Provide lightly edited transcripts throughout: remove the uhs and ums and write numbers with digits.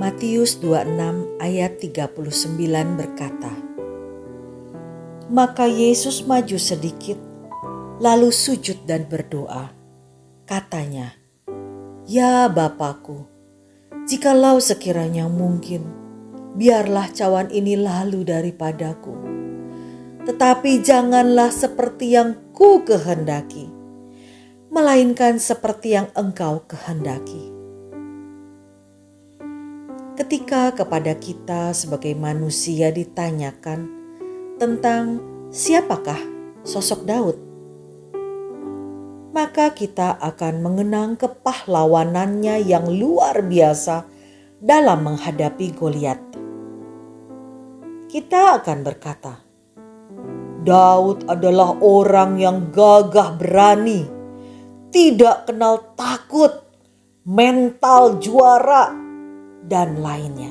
Matius 26 ayat 39 berkata, "Maka Yesus maju sedikit, lalu sujud dan berdoa. Katanya, 'Ya Bapa-Ku, jikalau sekiranya mungkin, biarlah cawan ini lalu daripadaku. Tetapi janganlah seperti yang ku kehendaki, melainkan seperti yang Engkau kehendaki.'" Ketika kepada kita sebagai manusia ditanyakan tentang siapakah sosok Daud, maka kita akan mengenang kepahlawanannya yang luar biasa dalam menghadapi Goliat. Kita akan berkata, Daud adalah orang yang gagah berani, tidak kenal takut, mental juara, dan lainnya.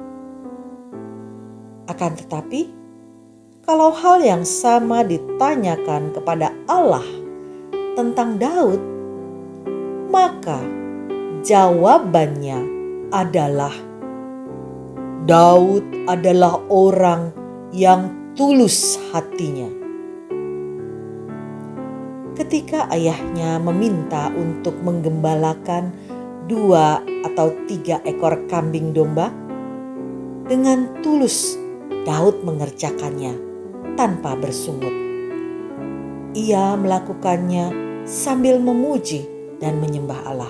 Akan tetapi, kalau hal yang sama ditanyakan kepada Allah tentang Daud, maka jawabannya adalah Daud adalah orang yang tulus hatinya. Ketika ayahnya meminta untuk menggembalakan 2 atau 3 ekor kambing domba, dengan tulus Daud mengerjakannya tanpa bersungut. Ia melakukannya sambil memuji dan menyembah Allah.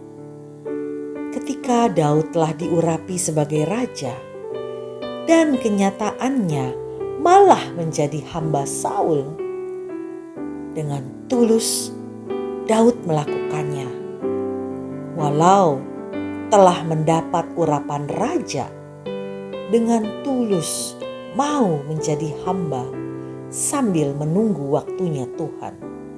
Ketika Daud telah diurapi sebagai raja dan kenyataannya malah menjadi hamba Saul, dengan tulus Daud melakukannya. Walau telah mendapat urapan raja, dengan tulus mau menjadi hamba sambil menunggu waktunya Tuhan.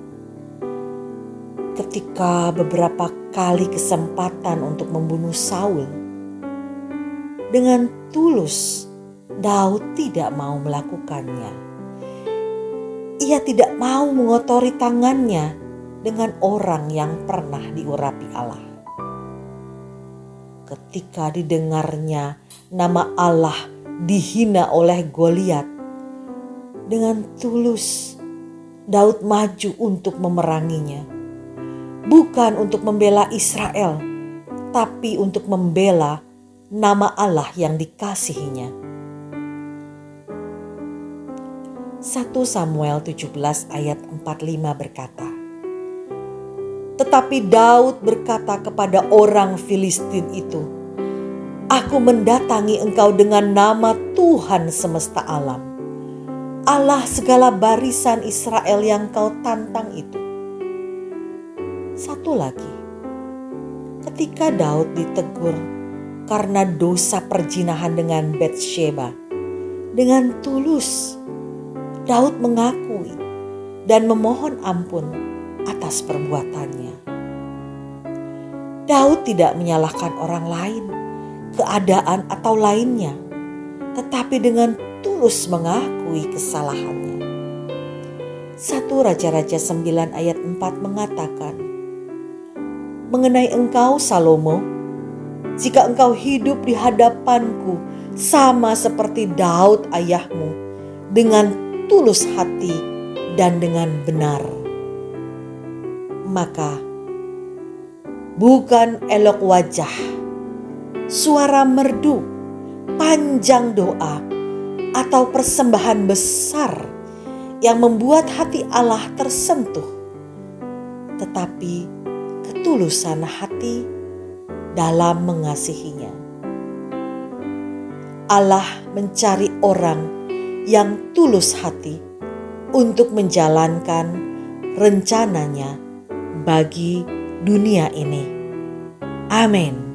Ketika beberapa kali kesempatan untuk membunuh Saul, dengan tulus Daud tidak mau melakukannya. Ia tidak mau mengotori tangannya dengan orang yang pernah diurapi Allah. Ketika didengarnya nama Allah dihina oleh Goliat, dengan tulus Daud maju untuk memeranginya. Bukan untuk membela Israel, tapi untuk membela nama Allah yang dikasihinya. 1 Samuel 17 ayat 45 berkata, "Tetapi Daud berkata kepada orang Filistin itu, 'Aku mendatangi engkau dengan nama Tuhan semesta alam, Allah segala barisan Israel yang kau tantang itu.'" Satu lagi, ketika Daud ditegur karena dosa perzinahan dengan Batsheba, dengan tulus Daud mengakui dan memohon ampun atas perbuatannya. Daud tidak menyalahkan orang lain, keadaan atau lainnya, tetapi dengan tulus mengakui kesalahannya. 1 Raja-Raja 9 ayat 4 mengatakan, "Mengenai engkau Salomo, jika engkau hidup di hadapanku sama seperti Daud ayahmu, dengan tulus hati dan dengan benar, maka bukan elok wajah, suara merdu, panjang doa, atau persembahan besar yang membuat hati Allah tersentuh, tetapi ketulusan hati dalam mengasihinya. Allah mencari orang yang tulus hati untuk menjalankan rencananya bagi dunia ini. Amin.